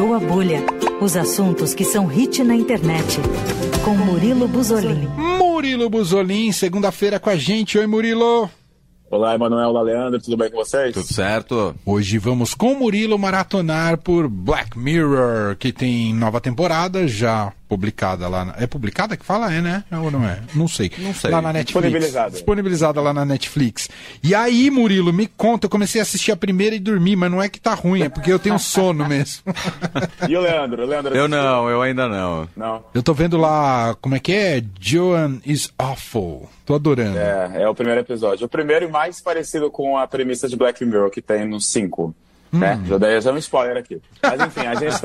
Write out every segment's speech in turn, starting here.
Estourou a Bolha. Os assuntos que são hit na internet. Com Murilo Buzolin. Murilo Buzolin, segunda-feira com a gente. Oi, Murilo. Olá, Emanuel, olá, Leandro, tudo bem com vocês? Tudo certo. Hoje vamos com o Murilo maratonar por Black Mirror, que tem nova temporada já publicada lá. É publicada que fala? É, né? Ou não é? Não sei. Lá na Netflix. Disponibilizada lá na Netflix. E aí, Murilo, me conta, eu comecei a assistir a primeira e dormi, mas não é que tá ruim, é porque eu tenho sono mesmo. E o Leandro? Eu ainda não. Eu tô vendo lá, como é que é? Joan is Awful. Tô adorando. É o primeiro episódio. O primeiro e mais parecido com a premissa de Black Mirror, que tem nos 5. Né? Já um spoiler aqui. Mas enfim,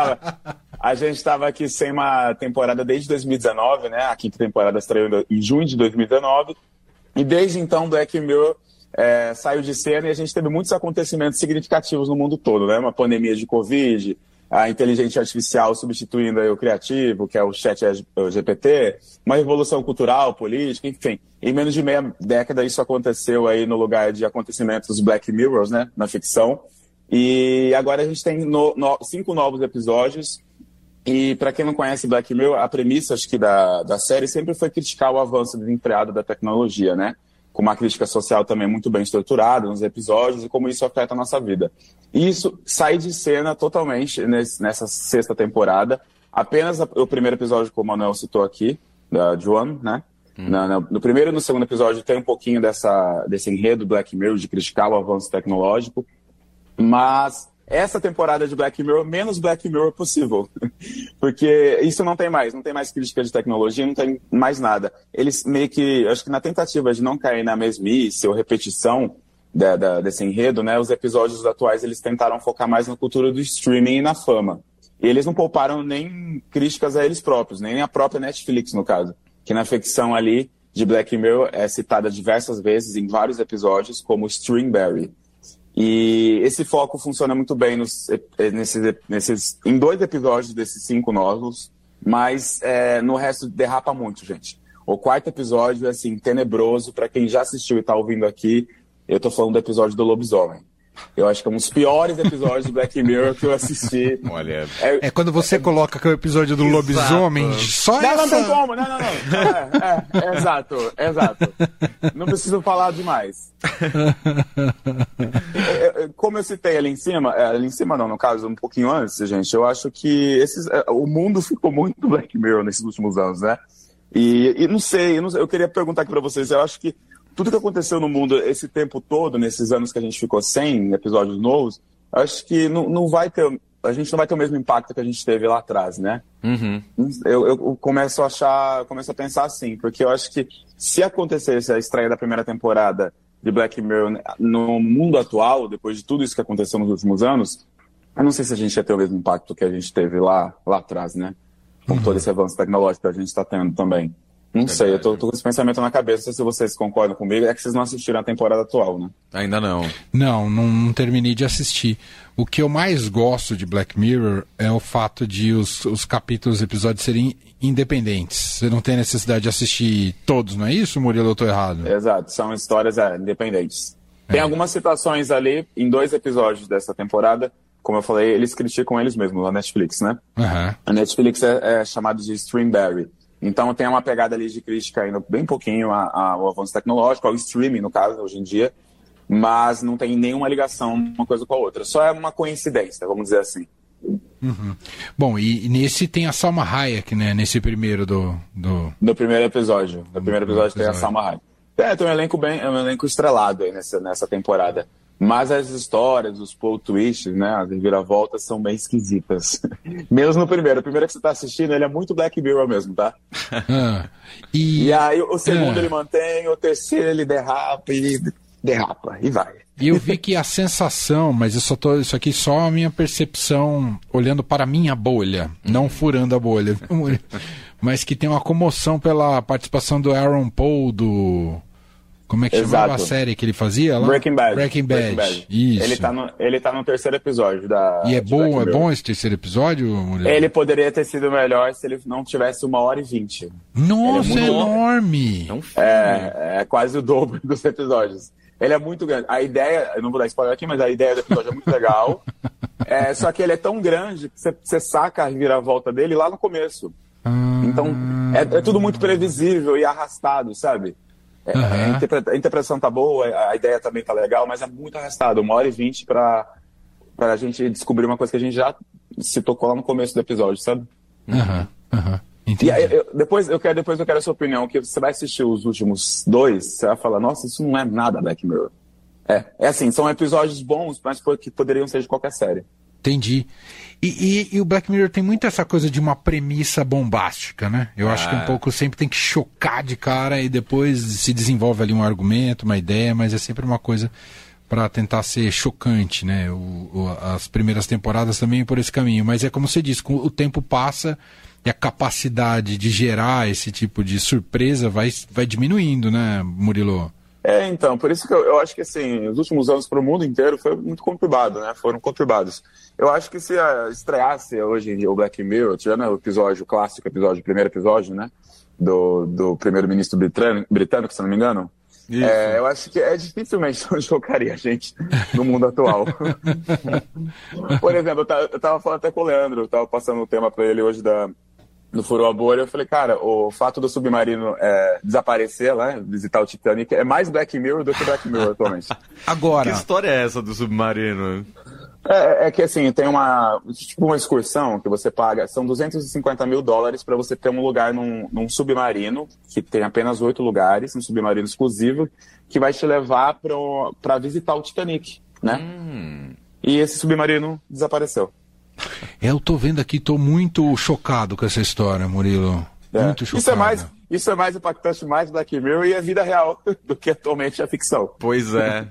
a gente estava aqui sem uma temporada desde 2019, né? A quinta temporada estreou em junho de 2019. E desde então, Black Mirror saiu de cena e a gente teve muitos acontecimentos significativos no mundo todo, né? Uma pandemia de Covid, a inteligência artificial substituindo aí o criativo, que é o chat GPT, uma revolução cultural, política, enfim. Em menos de meia década isso aconteceu aí no lugar de acontecimentos Black Mirrors, né? Na ficção. E agora a gente tem 5 novos episódios. E para quem não conhece Black Mirror, a premissa, acho que da série sempre foi criticar o avanço desenfreado da tecnologia, né? Com uma crítica social também muito bem estruturada nos episódios e como isso afeta a nossa vida. E isso sai de cena totalmente nessa sexta temporada. Apenas o primeiro episódio, como o Manuel citou aqui, da Joan, né? No primeiro e no segundo episódio tem um pouquinho desse enredo Black Mirror, de criticar o avanço tecnológico. Mas essa temporada de Black Mirror, menos Black Mirror possível. Porque isso não tem mais crítica de tecnologia, não tem mais nada. Eles meio que, acho que na tentativa de não cair na mesmice ou repetição desse enredo, né, os episódios atuais eles tentaram focar mais na cultura do streaming e na fama. E eles não pouparam nem críticas a eles próprios, nem a própria Netflix, no caso. Que na ficção ali de Black Mirror é citada diversas vezes em vários episódios como Streamberry. E esse foco funciona muito bem em 2 episódios desses 5 novos, mas no resto derrapa muito, gente. O 4º episódio é assim, tenebroso. Para quem já assistiu e tá ouvindo aqui, eu tô falando do episódio do lobisomem. Eu acho que é um dos piores episódios de Black Mirror que eu assisti. Olha, quando você coloca que é o episódio do lobisomem, só não tem como, não. Exato. Não preciso falar demais. Como eu citei ali em cima não, no caso, um pouquinho antes, gente, eu acho que o mundo ficou muito Black Mirror nesses últimos anos, né? E não sei, eu queria perguntar aqui pra vocês, eu acho que tudo que aconteceu no mundo esse tempo todo, nesses anos que a gente ficou sem episódios novos, acho que a gente não vai ter o mesmo impacto que a gente teve lá atrás, né? Uhum. Eu começo a pensar assim, porque eu acho que se acontecesse a estreia da primeira temporada de Black Mirror no mundo atual, depois de tudo isso que aconteceu nos últimos anos, eu não sei se a gente ia ter o mesmo impacto que a gente teve lá atrás, né? Com todo esse avanço tecnológico que a gente está tendo também. Não sei, eu tô com esse pensamento na cabeça, não sei se vocês concordam comigo, é que vocês não assistiram a temporada atual, né? Ainda não. Não terminei de assistir. O que eu mais gosto de Black Mirror é o fato de os capítulos, os episódios serem independentes. Você não tem necessidade de assistir todos, não é isso, Murilo? Eu tô errado? Exato, são histórias independentes. Tem algumas situações ali, em 2 episódios dessa temporada, como eu falei, eles criticam eles mesmos, a Netflix, né? Uhum. A Netflix é chamada de Streamberry. Então tem uma pegada ali de crítica ainda bem pouquinho ao avanço tecnológico, ao streaming, no caso, hoje em dia, mas não tem nenhuma ligação uma coisa com a outra. Só é uma coincidência, vamos dizer assim. Uhum. Bom, e nesse tem a Salma Hayek, né? Nesse primeiro do primeiro episódio. No primeiro episódio tem a Salma Hayek. Tem um elenco estrelado aí nessa temporada. Mas as histórias, os plot twists, né, as reviravoltas são bem esquisitas. Menos no primeiro. O primeiro que você tá assistindo, ele é muito Black Mirror mesmo, tá? E aí o segundo ele mantém, o terceiro ele derrapa e vai. E eu vi que a sensação, mas isso aqui é só a minha percepção olhando para a minha bolha, não furando a bolha, mas que tem uma comoção pela participação do Aaron Paul, como é que chamava a série que ele fazia lá? Breaking Bad. Isso. Ele tá no 3º episódio E é bom esse 3º episódio, Murilo? Ele poderia ter sido melhor se ele não tivesse 1h20. Nossa, é enorme! É quase o dobro dos episódios. Ele é muito grande. A ideia, eu não vou dar spoiler aqui, mas a ideia do episódio é muito legal. Só que ele é tão grande que você saca a reviravolta dele lá no começo. Então, é tudo muito previsível e arrastado, sabe? A interpretação tá boa, a ideia também tá legal, mas é muito arrastado. 1h20 pra gente descobrir uma coisa que a gente já se tocou lá no começo do episódio, sabe? Entendi. E aí, depois eu quero a sua opinião, que você vai assistir os últimos 2, você vai falar, nossa, isso não é nada Black Mirror. É assim, são episódios bons, mas que poderiam ser de qualquer série. Entendi. E o Black Mirror tem muito essa coisa de uma premissa bombástica, né? Eu acho que um pouco sempre tem que chocar de cara e depois se desenvolve ali um argumento, uma ideia, mas é sempre uma coisa para tentar ser chocante, né? As primeiras temporadas também por esse caminho, mas é como você disse, o tempo passa e a capacidade de gerar esse tipo de surpresa vai diminuindo, né, Murilo? Então, por isso que eu acho que, assim, os últimos anos para o mundo inteiro foi muito conturbado, né? Foram conturbados. Eu acho que se estreasse hoje em dia o Black Mirror, tirando o episódio clássico, o primeiro episódio, né? Do primeiro-ministro britânico, se não me engano. Eu acho que dificilmente chocaria a gente no mundo atual. Por exemplo, eu tava falando até com o Leandro, eu tava passando um tema para ele hoje no Furou a Bolha, eu falei, cara, o fato do submarino desaparecer lá, visitar o Titanic, é mais Black Mirror do que Black Mirror atualmente. Agora... Que história é essa do submarino? É que assim, tem uma excursão que você paga, são $250 mil para você ter um lugar num submarino, que tem apenas 8 lugares, um submarino exclusivo, que vai te levar para visitar o Titanic, né? E esse submarino desapareceu. Eu tô vendo aqui, tô muito chocado com essa história, Murilo. Muito chocado. Isso é mais impactante, mais Black Mirror e a vida real do que atualmente a ficção. Pois é.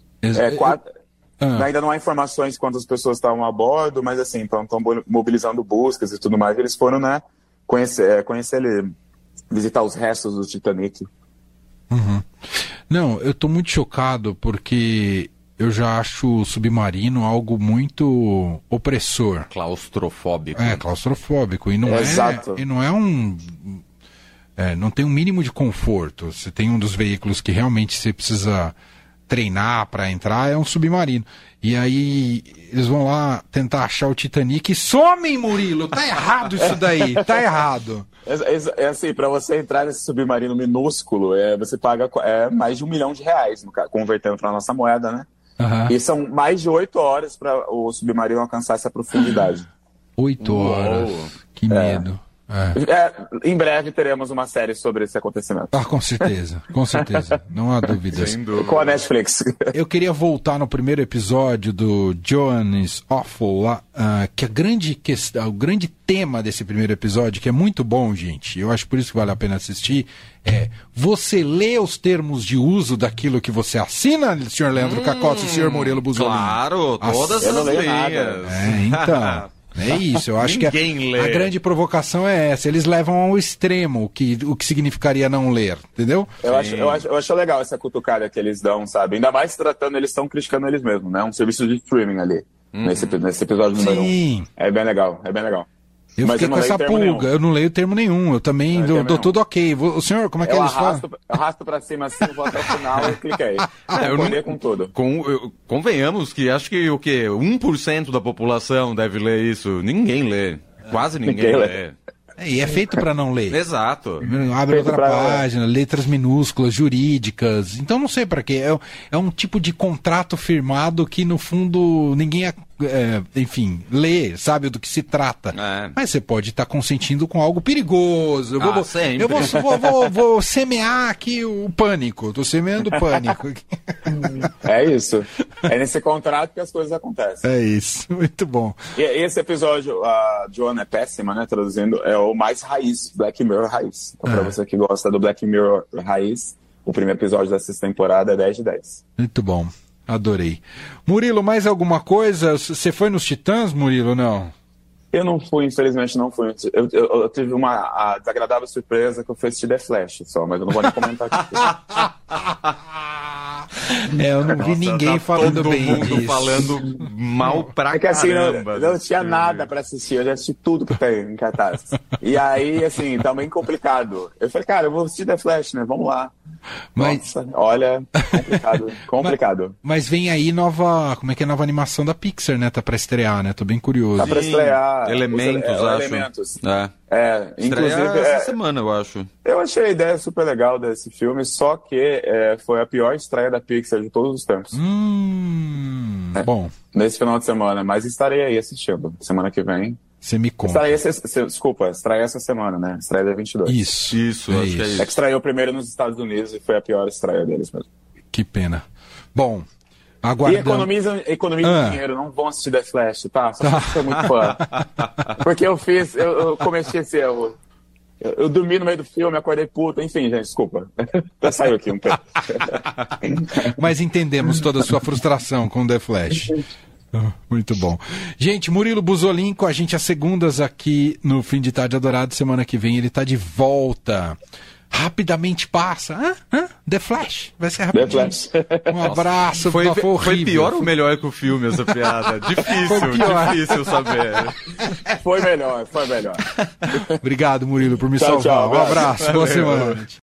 Ainda não há informações quantas pessoas estavam a bordo, mas assim, estão mobilizando buscas e tudo mais. Eles foram, né, conhecer ele, visitar os restos do Titanic. Não, eu tô muito chocado porque eu já acho o submarino algo muito opressor. Claustrofóbico. Claustrofóbico. E não Exato. E não é não tem um mínimo de conforto. Você tem um dos veículos que realmente você precisa treinar para entrar, é um submarino. E aí eles vão lá tentar achar o Titanic e somem, Murilo! Tá errado isso daí, tá errado. É assim, para você entrar nesse submarino minúsculo, você paga mais de R$1 milhão, convertendo para nossa moeda, né? E são mais de 8 horas para o submarino alcançar essa profundidade. 8 horas. Que medo. Em breve teremos uma série sobre esse acontecimento. Com certeza, não há dúvidas. Sem dúvida. Com a Netflix. Eu queria voltar no primeiro episódio do Joan is Awful, lá, que o grande tema desse primeiro episódio, que é muito bom, gente, eu acho por isso que vale a pena assistir, você lê os termos de uso daquilo que você assina, senhor Leandro Cacossi e senhor Murilo Buzolini? Claro, todas as linhas. Então... É isso, eu acho que a grande provocação é essa. Eles levam ao extremo o que significaria não ler, entendeu? Eu acho legal essa cutucada que eles dão, sabe? Ainda mais tratando, eles estão criticando eles mesmos, né? Um serviço de streaming ali, nesse episódio número 1. É bem legal. Eu fiquei com essa pulga, eu não leio termo nenhum, eu também dou tudo ok. O senhor, como é que eles falam? Eu arrasto pra cima assim, vou até o final e cliquei. Eu não com tudo. Convenhamos que acho que 1% da população deve ler isso. Ninguém lê. Quase ninguém lê. E é feito para não ler. Exato. Abre outra página, letras minúsculas, jurídicas. Então não sei para quê. É um tipo de contrato firmado que no fundo ninguém, enfim, lê, sabe do que se trata. Mas você pode estar consentindo com algo perigoso. Eu vou semear aqui o pânico. Estou semeando o pânico. É isso. É nesse contrato que as coisas acontecem. É isso. Muito bom. E esse episódio, a Joana é péssima, né? Traduzindo, é o mais raiz, Black Mirror raiz. Então, pra você que gosta do Black Mirror raiz, o primeiro episódio dessa temporada é 10 de 10. Muito bom. Adorei. Murilo, mais alguma coisa? Você foi nos Titãs, Murilo, não? Eu não fui, infelizmente não fui. Eu tive uma desagradável surpresa que eu fui assistir The Flash só, mas eu não vou nem comentar aqui. Eu não vi ninguém falando bem disso. Todo mundo falando mal pra que, assim, caramba. Não tinha nada pra assistir, eu já assisti tudo que tem em cartaz. E aí, assim, tá bem complicado. Eu falei, cara, eu vou assistir The Flash, né? Vamos lá. Nossa, olha, complicado. Mas vem aí nova animação da Pixar, né? Tá pra estrear, né? Tô bem curioso. Tá pra estrear. Elementos, acho. Elementos. Inclusive essa semana, eu acho. Eu achei a ideia super legal desse filme, só que foi a pior estreia da Pixar de todos os tempos. Bom. Nesse final de semana, mas estarei aí assistindo. Semana que vem. Você me conta. Estreia essa semana, né? Estreia dia 22. Isso, acho que é isso. É que estreou primeiro nos Estados Unidos e foi a pior estreia deles mesmo. Que pena. Bom, aguardando. E economizam dinheiro, não vão assistir The Flash, tá? Só porque eu sou muito fã. Porque eu cometi esse erro. Eu dormi no meio do filme, acordei puto, enfim, gente, desculpa. Já saiu aqui um pouco. Mas entendemos toda a sua frustração com The Flash. Muito bom. Gente, Murilo Buzolin com a gente às segundas aqui no Fim de Tarde Adorado. Semana que vem ele tá de volta. Rapidamente passa. The Flash. Vai ser rapidinho. The Flash. Um abraço. Foi pior ou melhor que o filme essa piada? Difícil saber. Foi melhor. Obrigado, Murilo, por me salvar. Um abraço. Boa semana.